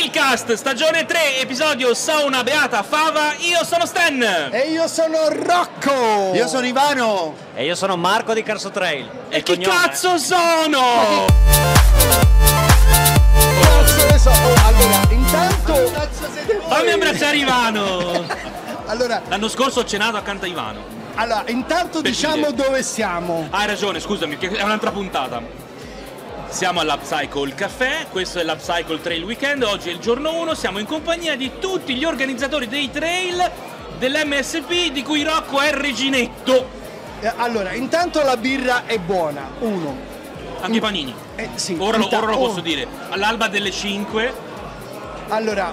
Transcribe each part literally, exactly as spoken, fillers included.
Cast, stagione tre, episodio Sauna Beata Fava. Io sono Stan. E io sono Rocco. Io sono Ivano. E io sono Marco di Carso Trail. E, e chi cognome... cazzo sono? Cazzo ne so. Oh, allora, intanto fammi abbracciare Ivano. Allora, l'anno scorso ho cenato accanto a Ivano. Allora, intanto per diciamo dire. dove siamo. Hai ragione, scusami, che è un'altra puntata. Siamo all'Upcycle Café, questo è l'Upcycle Trail Weekend, oggi è il giorno uno, siamo in compagnia di tutti gli organizzatori dei trail dell'M S P di cui Rocco è il reginetto. Eh, allora, intanto la birra è buona, uno. Anche i panini. Eh, sì, ora, lo, inta- ora lo posso oh. dire, all'alba delle cinque. Allora,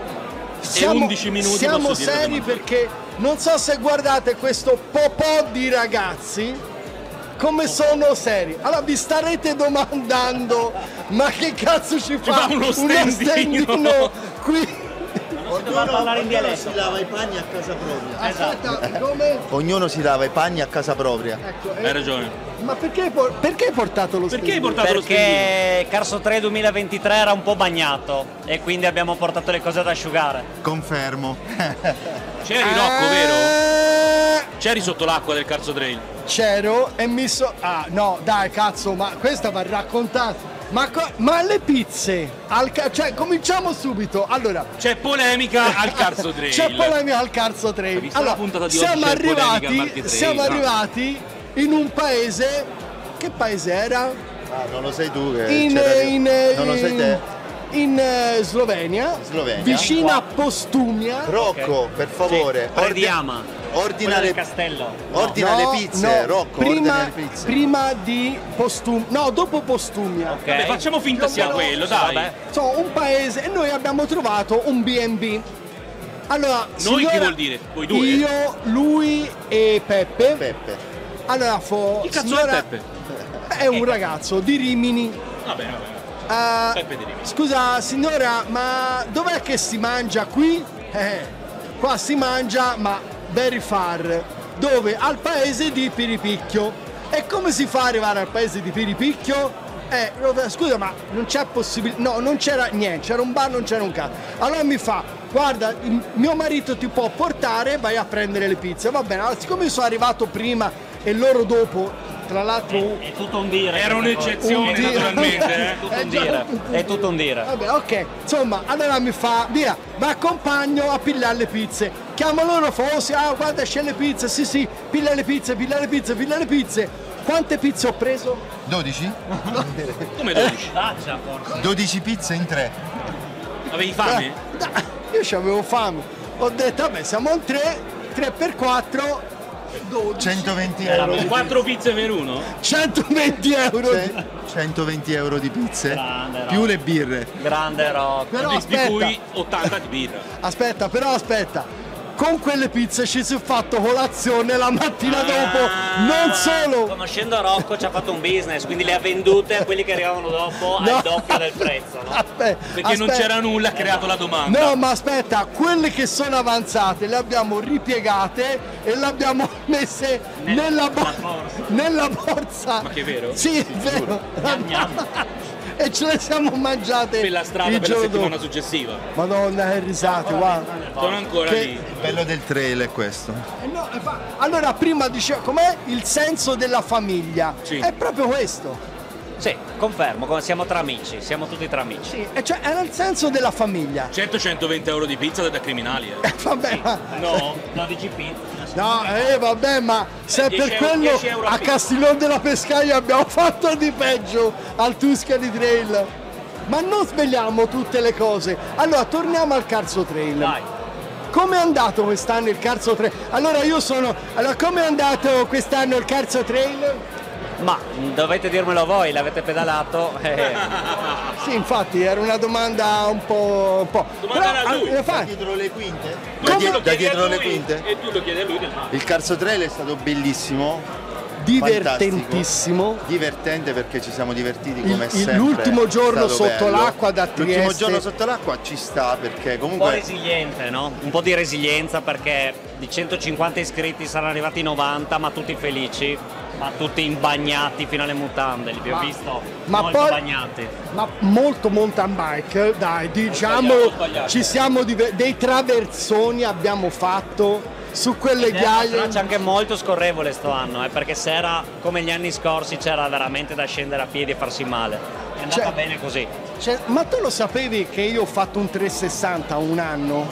siamo, undici minuti siamo posso dire seri che perché non so se guardate questo popò di ragazzi come sono seri. Allora vi starete domandando ma che cazzo ci fa, fa uno standino, standino qui? Ognuno, parlare in dialetto. Si lava i panni a casa propria. Aspetta, come? Ognuno si lava i panni a casa propria. Ecco, eh, Hai ragione. ma perché, por- perché hai portato lo Perché hai standino? portato lo standino? Perché Carso Trail duemilaventitré era un po' bagnato e quindi abbiamo portato le cose ad asciugare. Confermo. C'eri Rocco, vero? Eh, C'eri sotto l'acqua del Carso Trail? C'ero e mi so... Ah, no, dai, cazzo, ma questa va raccontata. Ma, co- ma le pizze, al ca- cioè, cominciamo subito. Allora, C'è polemica al Carso Trail. c'è polemica al Carso Trail. Hai visto Allora, la puntata di siamo oggi? C'è polemica al arrivati, Marche Trail, siamo no? arrivati in un paese. Che paese era? Ah, non lo sai tu che In, c'era- in, Non lo sai in- te. In eh, Slovenia, Slovenia. vicino a Postumia. Rocco, per favore, Sì, ordi- Diama. ordina Quella le del castello. ordina No, le pizze, no, Rocco, prima, ordina le pizze. prima di Postumia, no, dopo Postumia. Ok. Vabbè, facciamo finta sia Più o meno- quello, dai. Vabbè. So, un paese e noi abbiamo trovato un B and B. Allora, Noi signora, chi vuol dire? Voi due? Io, lui e Peppe. Peppe. Allora, fo, Chi cazzo signora- è Peppe? È un ragazzo di Rimini. Vabbè, vabbè. Eh, Peppe di Rimini. Scusa signora, ma dov'è che si mangia qui? Eh, qua si mangia, ma very far. Dove? Al paese di Piripicchio. E come si fa ad arrivare al paese di Piripicchio? Eh, scusa, ma non c'è possibilità. No, non c'era niente, c'era un bar, non c'era un cazzo. Allora mi fa, guarda, il mio marito ti può portare, vai a prendere le pizze. Va bene, allora siccome io sono arrivato prima e loro dopo, tra l'altro. È tutto un dire. Era un'eccezione, Un dire. naturalmente. È Eh. tutto È un già dire. tutto un È tutto un dire. Vabbè, ok, insomma, allora mi fa, via, vi accompagno a pigliare le pizze. Chiamo loro, fa, oh, sì, ah, guarda, c'è le pizze, sì, sì, piglia le pizze, piglia le pizze, piglia le pizze. Quante pizze ho preso? dodici? Come dodici? Daccia forse. dodici pizze in tre. Avevi fame? Dai, io c'avevo fame. Ho detto, vabbè, siamo in tre, tre per quattro, dodici. centoventi euro. di Quattro pizze per uno? centoventi euro. pizze. centoventi euro di pizze. Grande, Più Rocco. le birre. Grande Rocco. Però di aspetta, cui ottanta di birra. aspetta, però aspetta. Con quelle pizze ci si è fatto colazione la mattina Ah. dopo. Non solo. Conoscendo Rocco ci ha fatto un business, quindi le ha vendute a quelli che arrivavano dopo No. al doppio del prezzo, no? Aspetta, Perché non aspetta. c'era nulla, ha creato la domanda. No, ma aspetta, quelle che sono avanzate le abbiamo ripiegate e le abbiamo messe Nel- nella, bo- nella borsa. nella borsa. Ma che è vero? Sì, è vero. Gnam, gnam. E ce le siamo mangiate Per la strada il per la giorno settimana dopo. successiva. Madonna, che risate, guarda. Sono ancora Che- lì. Il bello del trail è questo. Eh no, eh, fa- allora, prima diceva, com'è il senso della famiglia? Sì. È proprio questo. Sì, confermo, come siamo tra amici, siamo tutti tra amici. Sì, e cioè era il senso della famiglia. Certo, centoventi euro di pizza da criminali. Eh. Eh, vabbè, ma... No. dodici pizze. No, eh vabbè, ma se dieci per euro- quello dieci euro a a pizza. Castiglione della Pescaia abbiamo fatto di peggio al Tuscany Trail. Ma non svegliamo tutte le cose. Allora, torniamo al Carso Trail. Dai. Come è andato quest'anno il Carso Trail? Allora io sono... Allora, come è andato quest'anno il Carso Trail? Ma dovete dirmelo voi, l'avete pedalato. eh. Sì, infatti, era una domanda un po'... Un po'. Domanda era a lui. eh, Da infatti, dietro le quinte? Ma Da, tu die- lo da chiedi a dietro le lui quinte? E tu lo chiedi a lui del mare. Il Carso Trail è stato bellissimo. divertentissimo. Fantastico. Divertente perché ci siamo divertiti come Il- sempre. l'ultimo giorno È stato sotto bello. l'acqua da Trieste. L'ultimo giorno sotto l'acqua ci sta perché Un po' comunque resiliente, no? Un po' di resilienza perché di centocinquanta iscritti saranno arrivati novanta, ma tutti felici, ma tutti imbagnati fino alle mutande, li abbiamo Ma- visto ma molto poi- bagnati. Ma molto mountain bike, dai, diciamo, sbagliato, ho sbagliato. ci siamo diver- dei traversoni abbiamo fatto su quelle Ed è una ghiaie. traccia anche molto scorrevole sto anno, eh, perché se era come gli anni scorsi c'era veramente da scendere a piedi e farsi male. È andata Cioè- bene così. Cioè, ma tu lo sapevi che io ho fatto un trecentosessanta un anno?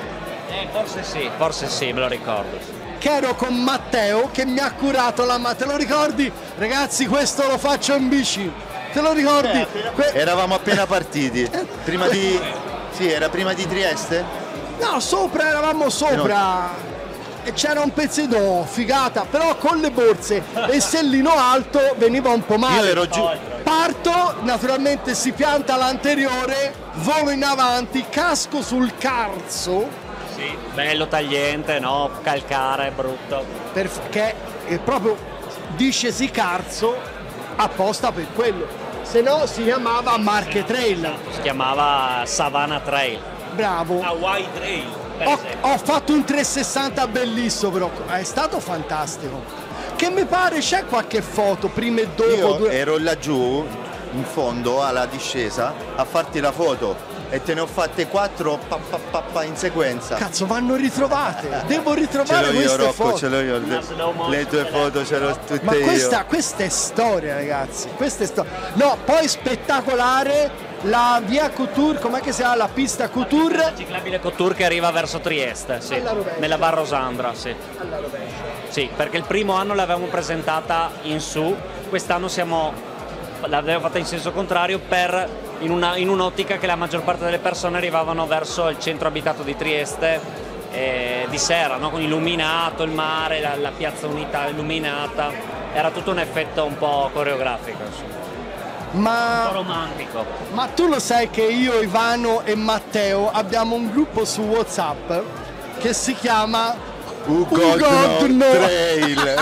Eh, forse sì, forse sì, me lo ricordo. Che ero con Matteo che mi ha curato la ma te lo ricordi? Ragazzi, questo lo faccio in bici. Te lo ricordi? Que- eravamo appena partiti. Prima di. Sì, era prima di Trieste? No, sopra, eravamo sopra. E c'era un pezzetto, oh, figata, però con le borse e il sellino alto veniva un po' male. Io ero giù. Parto, naturalmente si pianta l'anteriore, volo in avanti, casco sul carzo, Sì, bello tagliente, no? Calcare, brutto. perché è proprio discesi carzo apposta per quello. Se no si chiamava Marche Trail. Si chiamava Savannah Trail, Bravo. Hawaii Trail. per Ho, esempio. ho fatto un trecentosessanta bellissimo, però è stato fantastico. Che mi pare c'è qualche foto prima e dopo. Io due- ero laggiù in fondo alla discesa a farti la foto e te ne ho fatte quattro pa, pa, pa, pa, in sequenza. Cazzo, vanno ritrovate. Devo Ce ritrovare l'ho io, queste Rocco, foto. ce l'ho io. Una Le, slow motion le tue delle- foto ce l'ho tutte Ma io. questa, questa è storia, ragazzi. Questa è storia. No, poi spettacolare la via Couture, com'è che si chiama? La pista La Couture. ciclabile Couture che arriva verso Trieste, sì. Alla rovescia. Nella Barrosandra, sì. Alla rovescia. Sì, perché il primo anno l'avevamo presentata in su, quest'anno siamo, l'abbiamo fatta in senso contrario per, in, una, in un'ottica che la maggior parte delle persone arrivavano verso il centro abitato di Trieste eh, di sera, no? Con illuminato, il mare, la, la piazza Unità illuminata, era tutto un effetto un po' coreografico, insomma. un po' Ma, romantico. ma tu lo sai che io, Ivano e Matteo abbiamo un gruppo su WhatsApp che si chiama Ugodno Ugodno. Trail.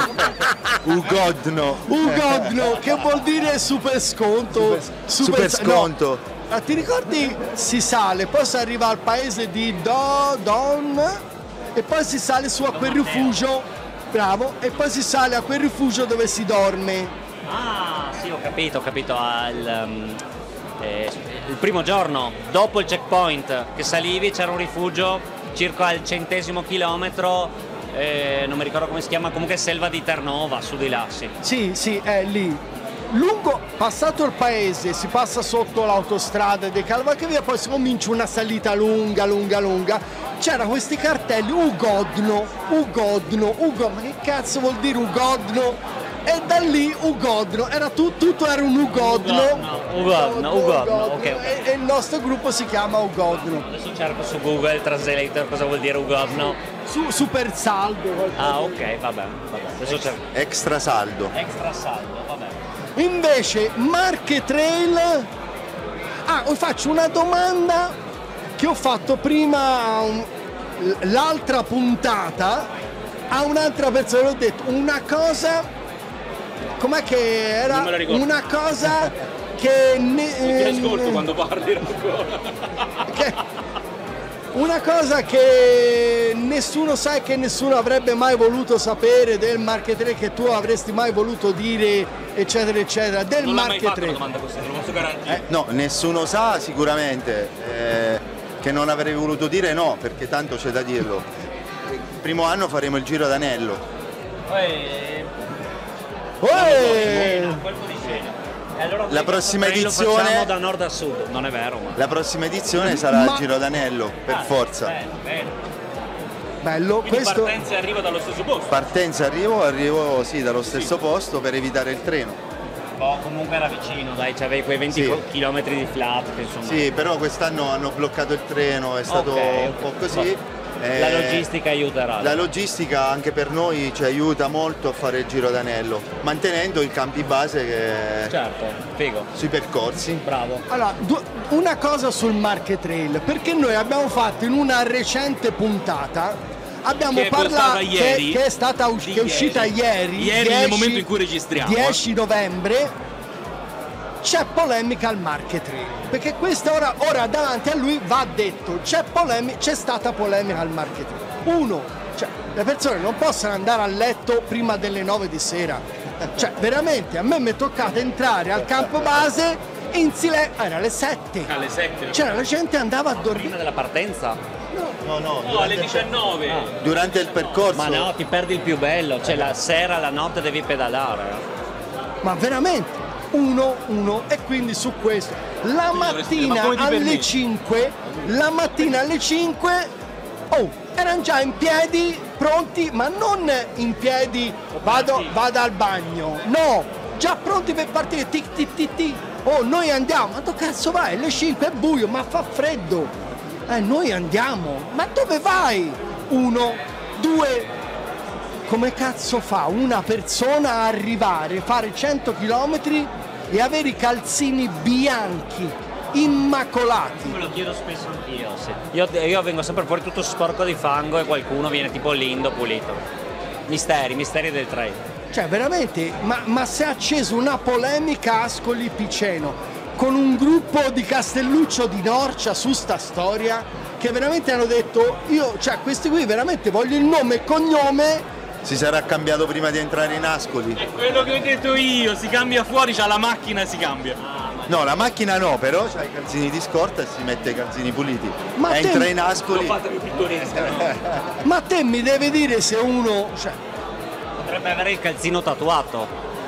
Ugodno. Ugodno, che vuol dire super sconto. super sconto. No. Ah, ti ricordi? Si sale, poi si arriva al paese di Do, Don e poi si sale su a quel rifugio, bravo, e poi si sale a quel rifugio dove si dorme. Ah, sì, ho capito, ho capito. Ah, il, um, eh, il primo giorno, dopo il checkpoint che salivi, c'era un rifugio circa al centesimo chilometro, eh, non mi ricordo come si chiama, comunque Selva di Ternova, su di là, sì. Sì, sì, è lì. Lungo, passato il paese, si passa sotto l'autostrada dei Cavalcavia, poi si comincia una salita lunga, lunga, lunga. C'erano questi cartelli, Ugodno, Ugodno, Ugodno, ma che cazzo vuol dire Ugodno? E da lì Ugodno, era tu- tutto era un Ugodno. Ugodno, Ugodno, Ugodno, ok, ok. E, e il nostro gruppo si chiama Ugodno. Adesso cerco su Google Translator cosa vuol dire Ugodno. Su, super saldo. qualcosa. Ah, ok, va bene, va bene. Adesso cerco. Extra saldo. Extra saldo, va bene. Invece Marche Trail. Ah, vi faccio una domanda che ho fatto prima a un- l'altra puntata a un'altra persona. Ho detto una cosa. Com'è che era? Non me la ricordo. Una cosa che, ne- Ti ascolto quando parli, Rocco. che- una cosa che nessuno sa e che nessuno avrebbe mai voluto sapere del Marche Trail, che tu avresti mai voluto dire, eccetera eccetera, del Non l'ha mai Marche fatto una Trail. domanda così, te lo posso garantire. No, nessuno sa sicuramente. eh, che non avrei voluto dire no, perché tanto c'è da dirlo. Il primo anno faremo il giro d'anello. Poi, Uè! colpo di scena. E allora La noi prossima questo trail edizione- lo facciamo da nord a sud, non è vero, ma La prossima edizione sarà Ma- il giro d'anello, per Ah, forza. bene, bene. Bello, Quindi questo. partenza e arrivo dallo stesso posto. Partenza, arrivo, arrivo sì, dallo stesso posto per evitare il treno. Boh, comunque era vicino, dai, c'avevi quei venti Sì. chilometri di flat, che insomma. Sì, però quest'anno hanno bloccato il treno, è stato Ok, un ok. po' così. eh, La logistica aiuterà. La logistica anche per noi ci aiuta molto a fare il giro d'anello, mantenendo i campi base che- Certo, figo, sui percorsi. bravo. Allora, du- una cosa sul Marche Trail, perché noi abbiamo fatto in una recente puntata, abbiamo Che è parlato costata ieri, che, che è stata us- di che è uscita ieri, Ieri, dieci nel momento in cui registriamo. dieci novembre. C'è polemica al Marche Trail, perché questa ora, ora davanti a lui va detto, c'è, polemi- c'è stata polemica al Marche Trail. Uno, cioè, le persone non possono andare a letto prima delle nove di sera. Cioè, veramente, a me mi è toccato entrare al campo base in silenzio, era alle sette. Alle sette. C'era la gente andava a Prima dormire. della partenza? No, no, No, alle durante, diciannove. durante il percorso. Ma no, ti perdi il più bello, cioè la sera, la notte devi pedalare. Ma veramente, uno, uno, e quindi su questo. La Ma mattina come ti alle permetti? cinque, la mattina alle cinque, oh, erano già in piedi, pronti, ma non in piedi, vado, vado al bagno, no, già pronti per partire, tic tic tic tic, oh, noi andiamo, ma dove cazzo vai? Alle cinque è buio, ma fa freddo, eh, noi andiamo, ma dove vai? Uno, due, come cazzo fa una persona a arrivare, fare cento chilometri e avere i calzini bianchi, immacolati? Me lo chiedo spesso anch'io, sì. Io, io vengo sempre fuori tutto sporco di fango e qualcuno viene tipo lindo, pulito. Misteri, misteri del trail. Cioè veramente, ma, ma si è acceso una polemica Ascoli Piceno con un gruppo di Castelluccio di Norcia su sta storia che veramente hanno detto, io, cioè questi qui veramente voglio il nome e cognome. Si sarà cambiato prima di entrare in Ascoli? È quello che ho detto io, si cambia fuori, c'ha la macchina e si cambia. No, la macchina no, però c'ha i calzini di scorta e si mette i calzini puliti. Ma te- Entra in Ascoli. Fatemi pittoresca, no? Ma te mi devi dire se uno, cioè, Potrebbe avere il calzino tatuato.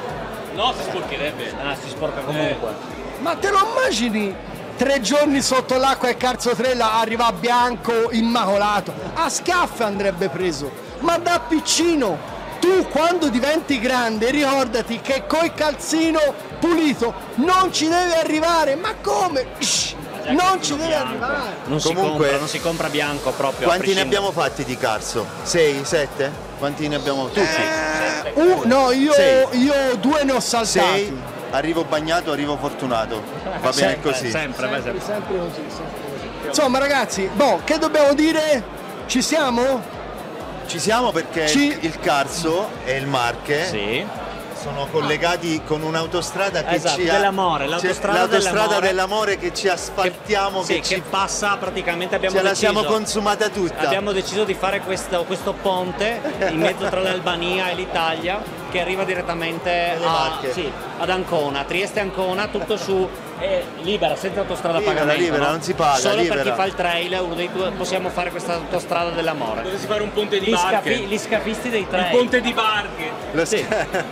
No, si sporcherebbe. Ah, si sporca comunque. ma te lo immagini? Tre giorni sotto l'acqua e Carzo Trella arriva bianco, immacolato. A schiaffe andrebbe preso. Ma da piccino, tu quando diventi grande ricordati che coi calzino pulito non ci devi arrivare. Ma come? Shh, non ci devi bianco. arrivare. Non si Comunque- compra, non si compra bianco proprio. a Quanti ne prescindere. abbiamo fatti di Carso? Sei? Sette? Quanti ne abbiamo? Tutti? Eh, uh, no, io, Sei. io due ne ho saltati. Sei? Arrivo bagnato, arrivo fortunato. Va bene Sempre, così. Sempre, beh, sempre. Sempre così, sempre così. Insomma ragazzi, boh, che dobbiamo dire? Ci siamo? Ci siamo perché Ci- il Carso e il Marche Sì. sono collegati con un'autostrada che Esatto, ci ha... dell'amore, c'è- l'autostrada l'autostrada dell'amore. dell'amore che ci asfaltiamo, Sì, che, che ci, passa praticamente, abbiamo ce la deciso, siamo consumata tutta. abbiamo deciso di fare questo, questo ponte in mezzo tra l'Albania e l'Italia che arriva direttamente Alle a, Marche. sì, ad Ancona, Trieste Ancona, tutto su eh, libera, senza autostrada a Libera, pagamento. libera, no? non si paga, Solo libera. per chi fa il trail, uno dei due, possiamo fare questa autostrada dell'amore. Dovresti fare un ponte di Gli, barche. scafi- gli scafisti dei Il trail. ponte di barche. Lo Sì.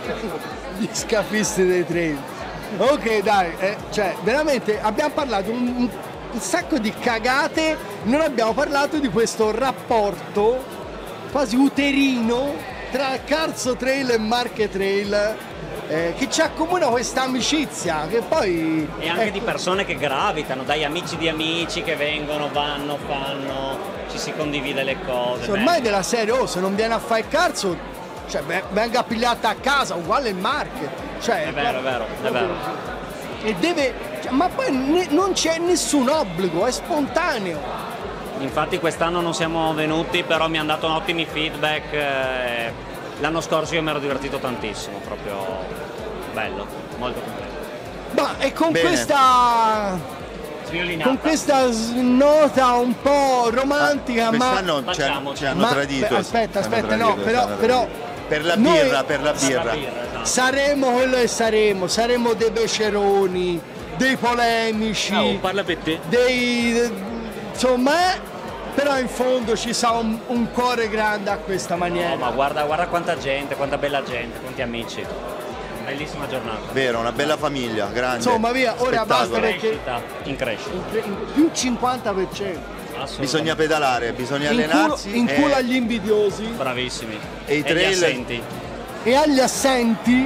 Gli scafisti dei trail. Ok, dai, eh, cioè veramente abbiamo parlato un, un- un sacco di cagate, non abbiamo parlato di questo rapporto quasi uterino tra Carso Trail e Marche Trail, eh, che ci accomuna questa amicizia che poi E anche ecco, di persone che gravitano, dai amici di amici che vengono, vanno, fanno, ci si condivide le cose. se ormai della serie, oh, se non viene a fare il Carso, cioè ve- venga pigliata a casa uguale il Marche, cioè È vero, è vero, è vero. e deve, cioè, ma poi ne- non c'è nessun obbligo, è spontaneo. Infatti quest'anno non siamo venuti, però mi hanno dato ottimi feedback. eh, L'anno scorso io mi ero divertito tantissimo, proprio bello, molto completo. Ma e con Bene. questa Sviolinata. con questa s- nota un po' romantica, ma Quest'anno ci, Facciamoci. ci hanno ma- tradito. beh, aspetta, Ci hanno aspetta, no, tradito, però, ci hanno però tradito. Per la noi- birra, per la La birra. birra, esatto. saremo quello che saremo, saremo dei beceroni, dei polemici, Oh, parla per te. dei insomma, eh, però in fondo ci sa un, un cuore grande a questa No, maniera. ma guarda, guarda quanta gente, quanta bella gente, quanti amici. Bellissima giornata. Vero, una bella famiglia, grande. Insomma, via, ora basta Spettacolo. perché Crescita, in crescita. in, in più cinquanta per cento. Assolutamente. Bisogna pedalare, bisogna In culo, allenarsi in culo e, agli invidiosi Bravissimi. E i gli trail- assenti. e agli assenti.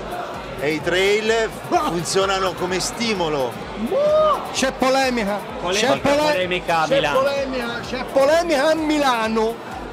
e i trail funzionano come stimolo. C'è polemica, Polemica, c'è, pole- polemica a c'è Milano. polemica, c'è polemica a Milano.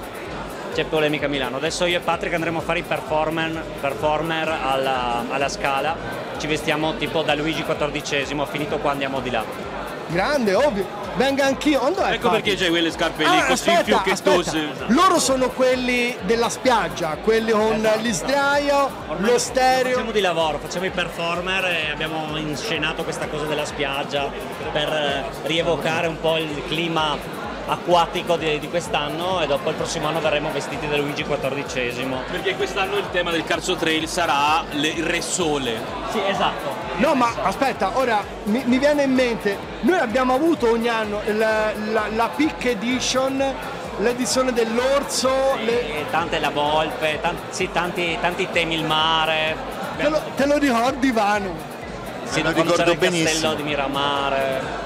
C'è polemica a Milano. Adesso io e Patrick andremo a fare i performer, performer alla, alla Scala. Ci vestiamo tipo da Luigi quattordicesimo, finito qua andiamo di là. Grande, ovvio. venga anch'io. Dov'è Ecco Fabio? perché c'hai quelle scarpe lì Ah, così aspetta, infiocchettose. aspetta. Loro sono quelli della spiaggia, quelli con Esatto. gli sdraio, Ormai lo stereo. Facciamo di lavoro, facciamo i performer e abbiamo inscenato questa cosa della spiaggia per eh, rievocare un po' il clima acquatico di, di quest'anno e dopo il prossimo anno verremo vestiti da Luigi quattordicesimo. Perché quest'anno il tema del Carso Trail sarà le- il Re Sole. Sì, esatto. No, ma aspetta, ora mi, mi viene in mente, noi abbiamo avuto ogni anno la, la, la Peak Edition, l'edizione dell'orso, le- E tante la volpe, tan- sì, tanti, tanti temi il mare. te, lo, te lo ricordi Vano? Sì, Me lo quando c'era ricordo il castello benissimo. di Miramare.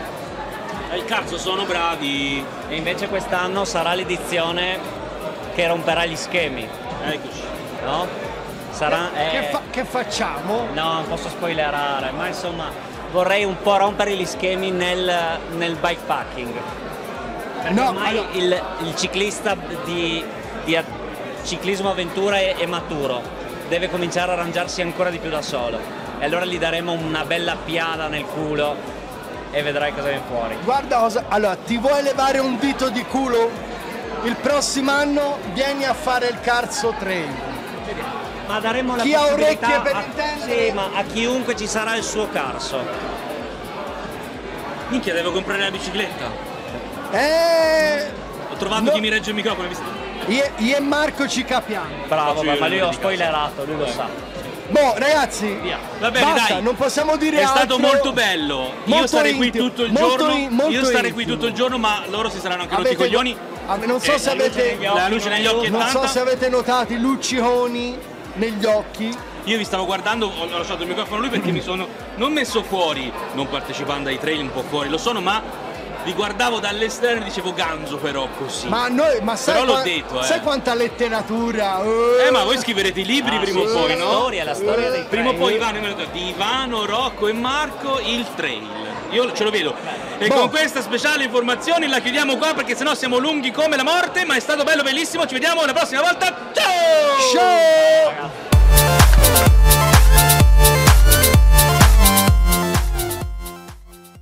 E il Carso sono bravi. E invece quest'anno sarà l'edizione che romperà gli schemi, Eccoci. no? Sarà, Che, eh, fa- che facciamo? no, non posso spoilerare, ma insomma vorrei un po' rompere gli schemi nel, nel bikepacking. Perché No, ormai allora- il, il ciclista di, di a- ciclismo avventura è, è maturo, deve cominciare a arrangiarsi ancora di più da solo. E allora gli daremo una bella piada nel culo e vedrai cosa viene fuori. Guarda cosa, allora ti vuoi levare un dito di culo? Il prossimo anno vieni a fare il Carso Trail. Ma daremo la Chi ha possibilità orecchie per a, intendere? sì, ma a chiunque ci sarà il suo carso. Minchia, devo comprare la bicicletta. Eh, Ho trovato No. chi mi regge il microfono. hai visto? io, io e Marco ci capiamo. Bravo, Faccio ma io ma il lui ho nome di spoilerato, lui lo sa. Boh, ragazzi, Via. Va bene, basta, dai. non possiamo dire È altro. stato molto bello. Io Molto starei qui intimo, tutto il molto giorno. in- molto Io starei qui intimo. tutto il giorno, ma loro si saranno anche rotti i Avete- coglioni. Ah, non so Eh, se la luce avete negli occhi, La luce negli occhi è non so tanta. se avete notato i lucciconi negli occhi. Io vi stavo guardando, ho ho lasciato il microfono a lui perché mi sono non messo fuori, non partecipando ai trail un po' fuori, lo sono, ma vi guardavo dall'esterno e dicevo ganzo però così. Ma noi, ma sai, Però l'ho qua- detto, eh. sai quanta letteratura? Eh, ma voi scriverete i libri Ah, prima o sì, poi, la no? storia, la storia dei Prima o trail. poi Ivano, io me lo dico, di Ivano, Rocco e Marco, il trail. Io ce lo vedo. E Boh. con questa speciale informazioni la chiudiamo qua perché sennò siamo lunghi come la morte, ma è stato bello, bellissimo. Ci vediamo la prossima volta. Ciao! Ciao! Ragazzi.